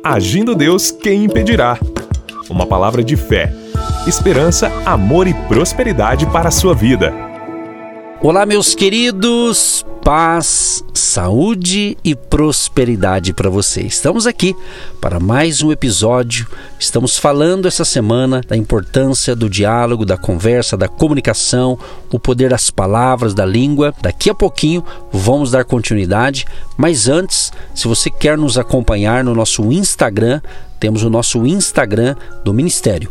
Agindo Deus, quem impedirá? Uma palavra de fé, esperança, amor e prosperidade para a sua vida. Olá, meus queridos, paz, saúde e prosperidade para você. Estamos aqui para mais um episódio. Estamos falando essa semana da importância do diálogo, da conversa, da comunicação, o poder das palavras, da língua. Daqui a pouquinho vamos dar continuidade, mas antes, se você quer nos acompanhar no nosso Instagram, temos o nosso Instagram do Ministério,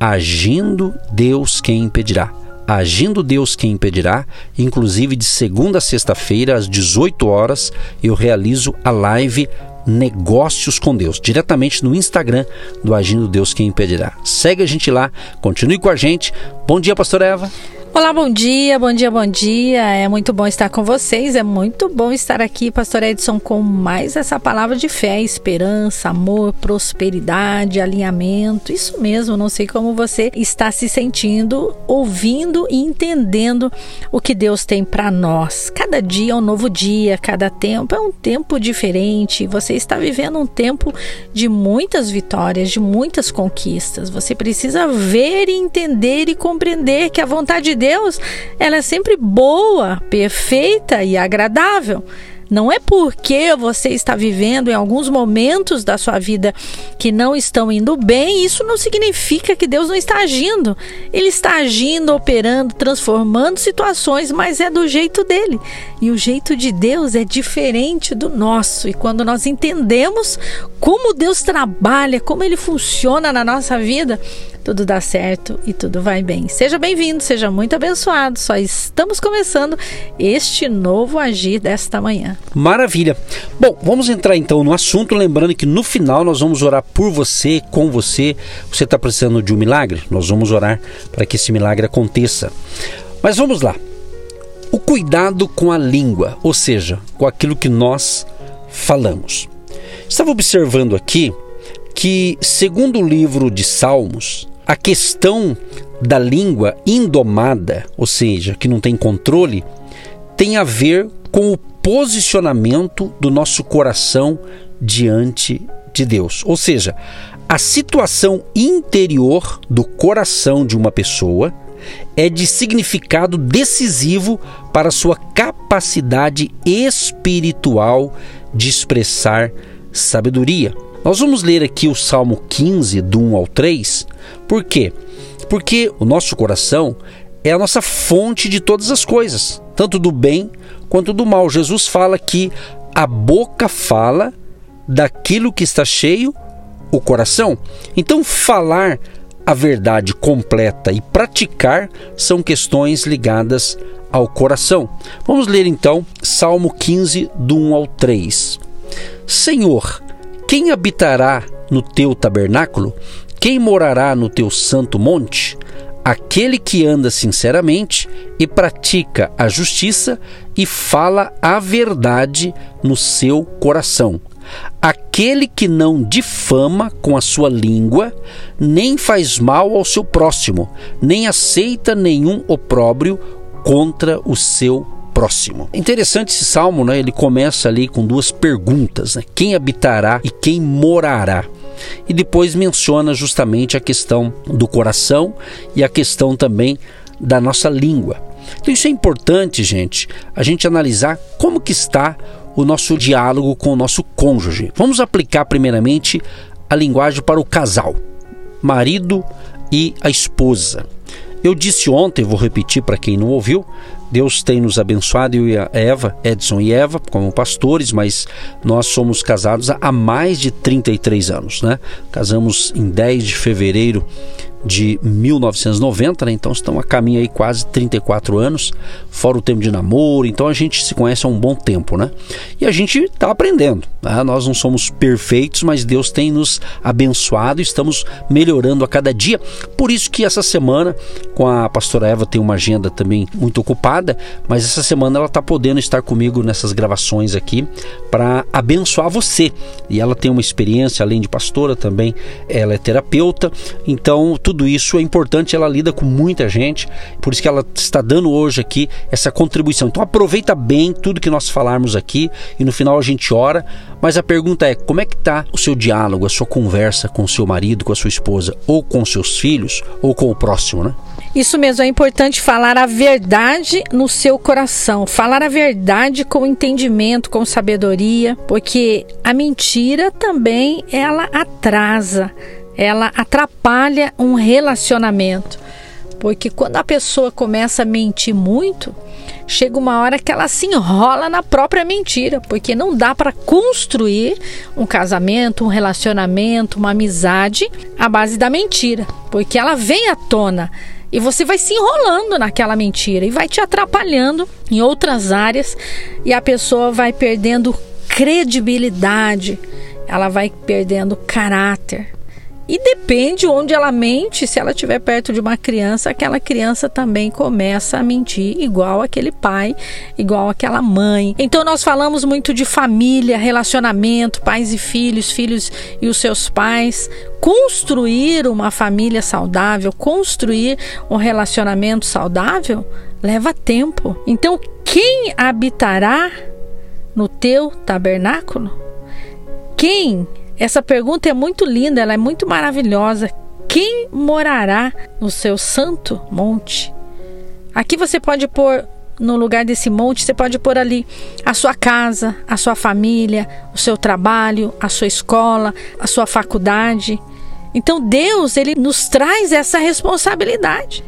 Agindo Deus, quem impedirá. Agindo Deus, quem impedirá. Inclusive de segunda a sexta-feira às 18 horas eu realizo a live Negócios com Deus, diretamente no Instagram do Agindo Deus, quem impedirá. Segue a gente lá, continue com a gente. Bom dia, pastora Eva. Olá, bom dia, bom dia, bom dia. É muito bom estar com vocês, é muito bom estar aqui, pastor Edson, com mais essa palavra de fé, esperança, amor, prosperidade, alinhamento. Isso mesmo, não sei como você está se sentindo, ouvindo e entendendo o que Deus tem para nós. Cada dia é um novo dia, cada tempo é um tempo diferente. Você está vivendo um tempo de muitas vitórias, de muitas conquistas. Você precisa ver e entender e compreender que a vontade de Deus, ela é sempre boa, perfeita e agradável. Não é porque você está vivendo em alguns momentos da sua vida que não estão indo bem, isso não significa que Deus não está agindo. Ele está agindo, operando, transformando situações, mas é do jeito dele. E o jeito de Deus é diferente do nosso. E quando nós entendemos como Deus trabalha, como ele funciona na nossa vida, tudo dá certo e tudo vai bem. Seja bem-vindo, seja muito abençoado. Só estamos começando este novo agir desta manhã. Maravilha. Bom, vamos entrar então no assunto, lembrando que no final nós vamos orar por você, com você. Você está precisando de um milagre? Nós vamos orar para que esse milagre aconteça. Mas vamos lá. O cuidado com a língua, ou seja, com aquilo que nós falamos. Estava observando aqui que, segundo o livro de Salmos, a questão da língua indomada, ou seja, que não tem controle, tem a ver com o posicionamento do nosso coração diante de Deus. Ou seja, a situação interior do coração de uma pessoa é de significado decisivo para a sua capacidade espiritual de expressar sabedoria. Nós vamos ler aqui o Salmo 15, do 1 ao 3. Por quê? Porque o nosso coração é a nossa fonte de todas as coisas, tanto do bem quanto do mal. Jesus fala que a boca fala daquilo que está cheio o coração. Então, falar a verdade completa e praticar são questões ligadas ao coração. Vamos ler então Salmo 15, do 1 ao 3. Senhor, quem habitará no teu tabernáculo? Quem morará no teu santo monte? Aquele que anda sinceramente e pratica a justiça e fala a verdade no seu coração. Aquele que não difama com a sua língua, nem faz mal ao seu próximo, nem aceita nenhum opróbrio contra o seu próximo. Interessante esse salmo, né? Ele começa ali com duas perguntas, né? Quem habitará e quem morará? E depois menciona justamente a questão do coração e a questão também da nossa língua. Então isso é importante, gente, a gente analisar como que está o nosso diálogo com o nosso cônjuge. Vamos aplicar primeiramente a linguagem para o casal, marido e a esposa. Eu disse ontem, vou repetir para quem não ouviu, Deus tem nos abençoado, eu e a Eva, Edson e Eva, como pastores, mas nós somos casados há mais de 33 anos, né? Casamos em 10 de fevereiro de 1990, né? Então estão a caminho aí quase 34 anos, fora o tempo de namoro, então a gente se conhece há um bom tempo, né? E a gente está aprendendo, né? Nós não somos perfeitos, mas Deus tem nos abençoado e estamos melhorando a cada dia. Por isso que essa semana, com a pastora Eva, tem uma agenda também muito ocupada, mas essa semana ela está podendo estar comigo nessas gravações aqui para abençoar você. E ela tem uma experiência, além de pastora, também ela é terapeuta, então tudo tudo isso é importante, ela lida com muita gente, por isso que ela está dando hoje aqui essa contribuição. Então aproveita bem tudo que nós falarmos aqui e no final a gente ora, mas a pergunta é, como é que está o seu diálogo, a sua conversa com o seu marido, com a sua esposa, ou com seus filhos, ou com o próximo, né? Isso mesmo, é importante falar a verdade no seu coração, falar a verdade com entendimento, com sabedoria, porque a mentira também, ela atrasa, ela atrapalha um relacionamento, porque quando a pessoa começa a mentir muito, chega uma hora que ela se enrola na própria mentira, porque não dá para construir um casamento, um relacionamento, uma amizade à base da mentira, porque ela vem à tona e você vai se enrolando naquela mentira e vai te atrapalhando em outras áreas e a pessoa vai perdendo credibilidade, ela vai perdendo caráter. E depende onde ela mente, se ela estiver perto de uma criança, aquela criança também começa a mentir, igual aquele pai, igual aquela mãe. Então nós falamos muito de família, relacionamento, pais e filhos, filhos e os seus pais. Construir uma família saudável, construir um relacionamento saudável, leva tempo. Então quem habitará no teu tabernáculo? Quem? Essa pergunta é muito linda, ela é muito maravilhosa. Quem morará no seu santo monte? Aqui você pode pôr, no lugar desse monte, você pode pôr ali a sua casa, a sua família, o seu trabalho, a sua escola, a sua faculdade. Então Deus, ele nos traz essa responsabilidade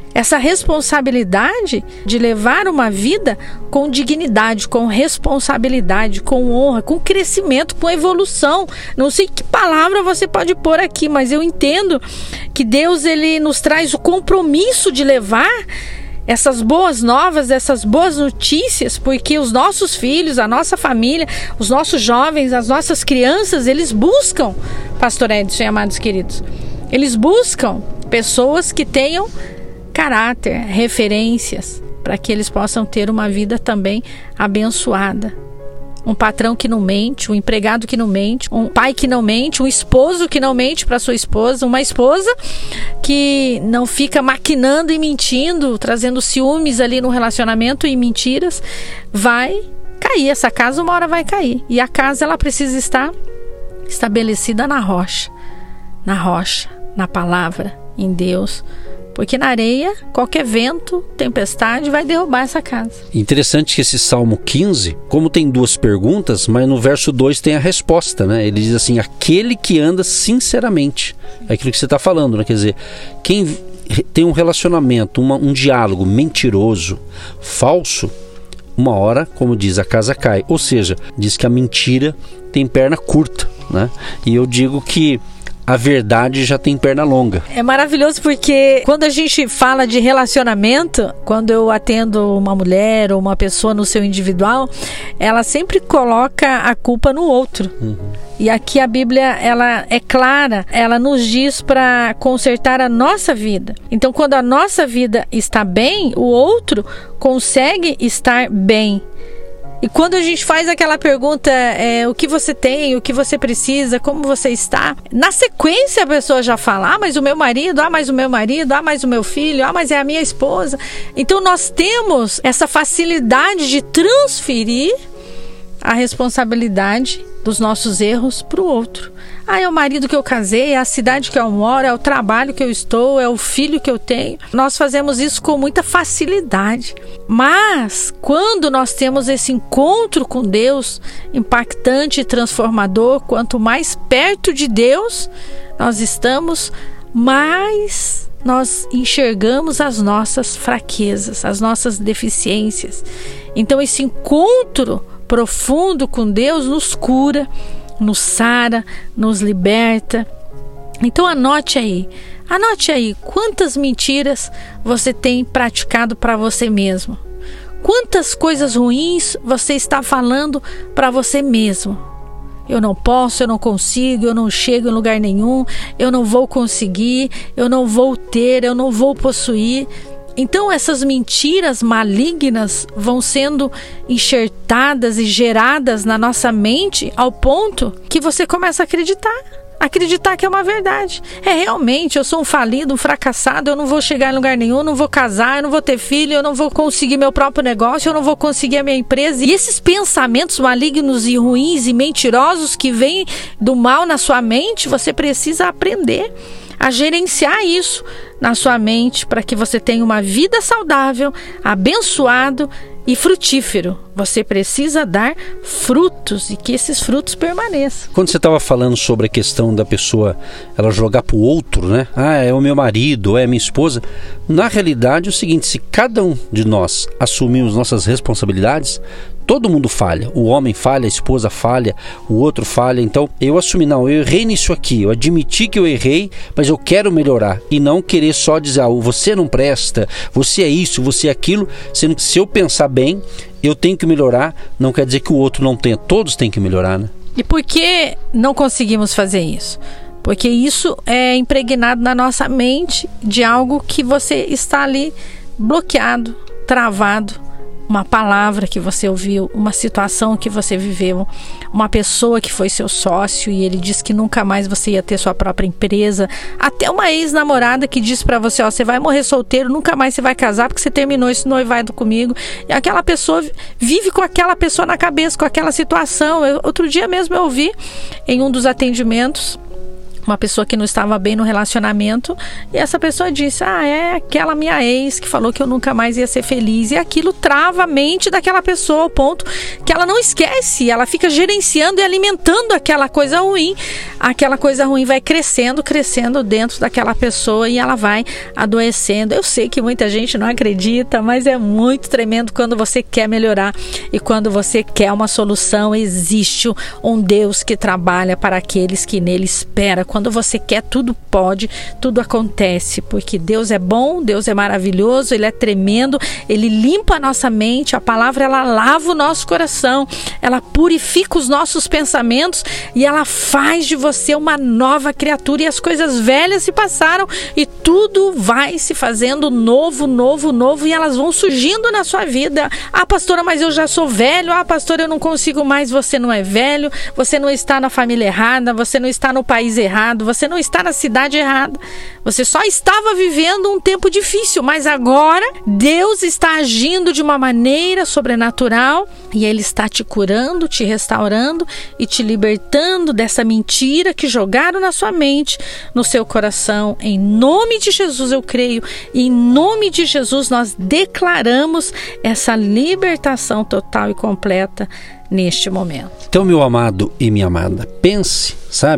de levar uma vida com dignidade, com responsabilidade, com honra, com crescimento, com evolução. Não sei que palavra você pode pôr aqui, mas eu entendo que Deus, ele nos traz o compromisso de levar essas boas novas, essas boas notícias, porque os nossos filhos, a nossa família, os nossos jovens, as nossas crianças, eles buscam, Pastor Edson e amados queridos, eles buscam pessoas que tenham caráter, referências, para que eles possam ter uma vida também abençoada. Um patrão que não mente, um empregado que não mente, um pai que não mente, um esposo que não mente para sua esposa, uma esposa que não fica maquinando e mentindo, trazendo ciúmes ali no relacionamento e mentiras, vai cair. Essa casa uma hora vai cair. E a casa, ela precisa estar estabelecida na rocha, na palavra, em Deus. Porque na areia, qualquer vento, tempestade vai derrubar essa casa. Interessante que esse Salmo 15, como tem duas perguntas, mas no verso 2 tem a resposta, né? Ele diz assim, aquele que anda sinceramente. É aquilo que você está falando, né? Quer dizer, quem tem um relacionamento, um diálogo mentiroso, falso, uma hora, como diz, a casa cai. Ou seja, diz que a mentira tem perna curta, né? E eu digo que a verdade já tem perna longa. É maravilhoso porque quando a gente fala de relacionamento, quando eu atendo uma mulher ou uma pessoa no seu individual, ela sempre coloca a culpa no outro. E aqui a Bíblia, ela é clara, ela nos diz para consertar a nossa vida. Então quando a nossa vida está bem, o outro consegue estar bem. E quando a gente faz aquela pergunta, o que você tem, o que você precisa, como você está, na sequência a pessoa já fala, mas o meu marido, mas o meu marido, mas o meu filho, mas é a minha esposa. Então nós temos essa facilidade de transferir a responsabilidade dos nossos erros para o outro. É o marido que eu casei, é a cidade que eu moro, é o trabalho que eu estou, é o filho que eu tenho. Nós fazemos isso com muita facilidade. Mas quando nós temos esse encontro com Deus, impactante e transformador, quanto mais perto de Deus nós estamos, mais nós enxergamos as nossas fraquezas, as nossas deficiências. Então esse encontro profundo com Deus nos cura, nos sara, nos liberta. Então anote aí quantas mentiras você tem praticado para você mesmo, quantas coisas ruins você está falando para você mesmo. Eu não posso, eu não consigo, eu não chego em lugar nenhum, eu não vou conseguir, eu não vou ter, eu não vou possuir. Então essas mentiras malignas vão sendo enxertadas e geradas na nossa mente ao ponto que você começa a acreditar acreditar que é uma verdade. Realmente, eu sou um falido, um fracassado, eu não vou chegar em lugar nenhum, não vou casar, eu não vou ter filho, eu não vou conseguir meu próprio negócio, eu não vou conseguir a minha empresa. E esses pensamentos malignos e ruins e mentirosos que vêm do mal na sua mente, você precisa aprender a gerenciar isso na sua mente para que você tenha uma vida saudável, abençoado e frutífero. Você precisa dar frutos e que esses frutos permaneçam. Quando você estava falando sobre a questão da pessoa ela jogar para o outro, né? É o meu marido, é a minha esposa. Na realidade é o seguinte, se cada um de nós assumirmos nossas responsabilidades, todo mundo falha. O homem falha, a esposa falha, o outro falha. Então eu assumi, não, eu errei nisso aqui, eu admiti que eu errei, mas eu quero melhorar. E não querer só dizer, você não presta, você é isso, você é aquilo. Sendo que se eu pensar bem, eu tenho que melhorar, não quer dizer que o outro não tenha. Todos têm que melhorar, né? E por que não conseguimos fazer isso? Porque isso é impregnado na nossa mente de algo que você está ali bloqueado, travado. Uma palavra que você ouviu, uma situação que você viveu, uma pessoa que foi seu sócio e ele disse que nunca mais você ia ter sua própria empresa, até uma ex-namorada que disse pra você, você vai morrer solteiro, nunca mais você vai casar porque você terminou esse noivado comigo, e aquela pessoa vive com aquela pessoa na cabeça, com aquela situação. Outro dia mesmo eu ouvi em um dos atendimentos uma pessoa que não estava bem no relacionamento, e essa pessoa disse, é aquela minha ex que falou que eu nunca mais ia ser feliz, e aquilo trava a mente daquela pessoa ao ponto que ela não esquece, ela fica gerenciando e alimentando aquela coisa ruim vai crescendo dentro daquela pessoa e ela vai adoecendo. Eu sei que muita gente não acredita, mas é muito tremendo quando você quer melhorar e quando você quer uma solução. Existe um Deus que trabalha para aqueles que nele esperam. Quando você quer, tudo pode, tudo acontece, porque Deus é bom, Deus é maravilhoso, Ele é tremendo, Ele limpa a nossa mente, a palavra ela lava o nosso coração, ela purifica os nossos pensamentos e ela faz de você uma nova criatura, e as coisas velhas se passaram e tudo vai se fazendo novo, e elas vão surgindo na sua vida. Pastora, mas eu já sou velho. Pastora, eu não consigo mais. Você não é velho, você não está na família errada, você não está no país errado, você não está na cidade errada, você só estava vivendo um tempo difícil, mas agora Deus está agindo de uma maneira sobrenatural e Ele está te curando, te restaurando e te libertando dessa mentira que jogaram na sua mente, no seu coração. Em nome de Jesus eu creio, e em nome de Jesus nós declaramos essa libertação total e completa neste momento. Então, meu amado e minha amada, pense,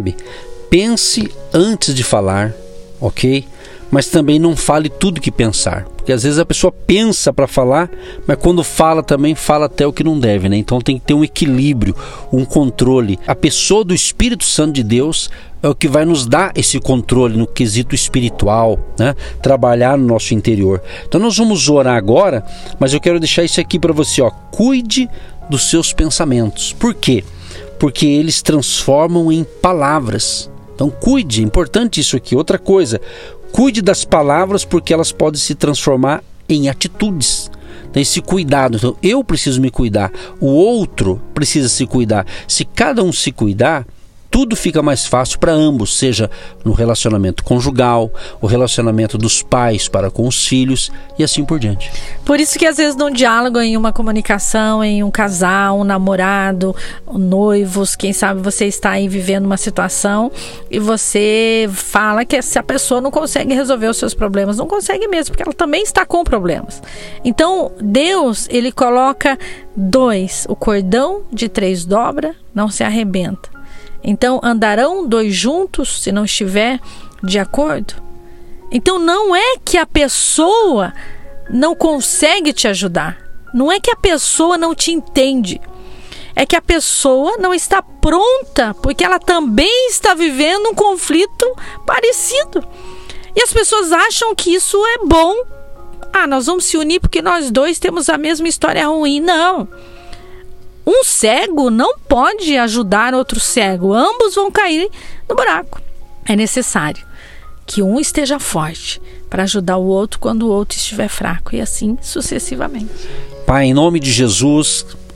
pense antes de falar, ok? Mas também não fale tudo que pensar, porque às vezes a pessoa pensa para falar, mas quando fala também fala até o que não deve, né? Então tem que ter um equilíbrio, um controle. A pessoa do Espírito Santo de Deus é o que vai nos dar esse controle no quesito espiritual, né? Trabalhar no nosso interior. Então nós vamos orar agora, mas eu quero deixar isso aqui para você, cuide dos seus pensamentos. Por quê? Porque eles transformam em palavras. Então cuide, é importante isso aqui. Outra coisa, cuide das palavras, porque elas podem se transformar em atitudes. Tem esse cuidado. Então eu preciso me cuidar, o outro precisa se cuidar. Se cada um se cuidar, tudo fica mais fácil para ambos, seja no relacionamento conjugal, o relacionamento dos pais para com os filhos e assim por diante. Por isso que às vezes num diálogo, em uma comunicação, em um casal, um namorado, noivos, quem sabe você está aí vivendo uma situação e você fala que essa pessoa não consegue resolver os seus problemas, não consegue mesmo, porque ela também está com problemas. Então Deus, Ele coloca o cordão de 3 dobra, não se arrebenta. Então, andarão 2 juntos se não estiver de acordo? Então, não é que a pessoa não consegue te ajudar. Não é que a pessoa não te entende. É que a pessoa não está pronta, porque ela também está vivendo um conflito parecido. E as pessoas acham que isso é bom. Nós vamos se unir porque nós dois temos a mesma história ruim. Não. Um cego não pode ajudar outro cego. Ambos vão cair no buraco. É necessário que um esteja forte para ajudar o outro quando o outro estiver fraco, e assim sucessivamente. Pai, em nome de Jesus,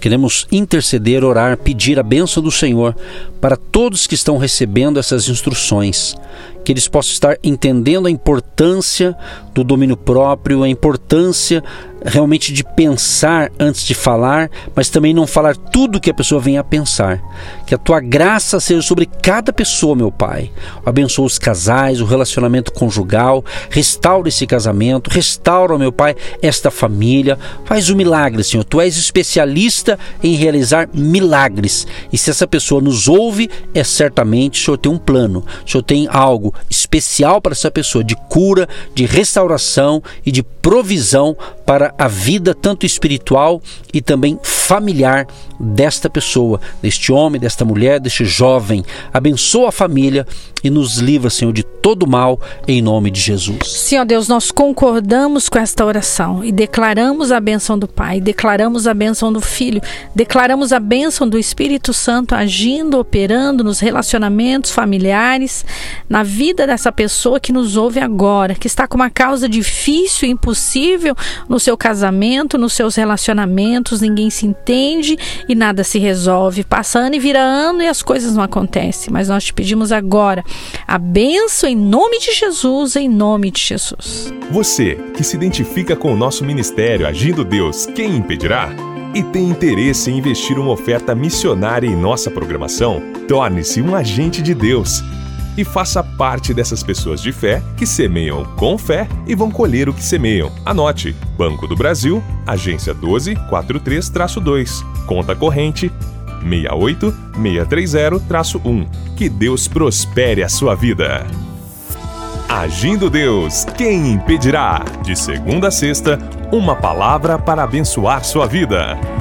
Queremos interceder, orar, pedir a bênção do Senhor para todos que estão recebendo essas instruções, que eles possam estar entendendo a importância do domínio próprio, a importância realmente de pensar antes de falar, mas também não falar tudo que a pessoa venha a pensar. Que a tua graça seja sobre cada pessoa, meu Pai. Abençoa os casais, o relacionamento conjugal, restaura esse casamento, restaura, meu Pai, esta família. Faz um milagre, Senhor. Tu és especialista em realizar milagres. E se essa pessoa nos ouve, é certamente o Senhor tem um plano. O Senhor tem algo especial para essa pessoa, de cura, de restauração e de provisão para a vida tanto espiritual e também familiar desta pessoa, deste homem, desta mulher, deste jovem. Abençoa a família e nos livra, Senhor, de todo mal, em nome de Jesus. Senhor Deus, nós concordamos com esta oração e declaramos a bênção do Pai, declaramos a bênção do Filho, declaramos a bênção do Espírito Santo agindo, operando nos relacionamentos familiares, na vida dessa pessoa que nos ouve agora, que está com uma causa difícil e impossível no seu casamento, nos seus relacionamentos, ninguém se entende e nada se resolve. Passa ano e vira ano e as coisas não acontecem, mas nós te pedimos agora a bênção em nome de Jesus, em nome de Jesus. Você que se identifica com o nosso ministério Agindo Deus, quem impedirá? E tem interesse em investir uma oferta missionária em nossa programação? Torne-se um agente de Deus e faça parte dessas pessoas de fé que semeiam com fé e vão colher o que semeiam. Anote: Banco do Brasil, agência 1243-2, conta corrente 68630-1. Que Deus prospere a sua vida. Agindo Deus, quem impedirá? De segunda a sexta, uma palavra para abençoar sua vida.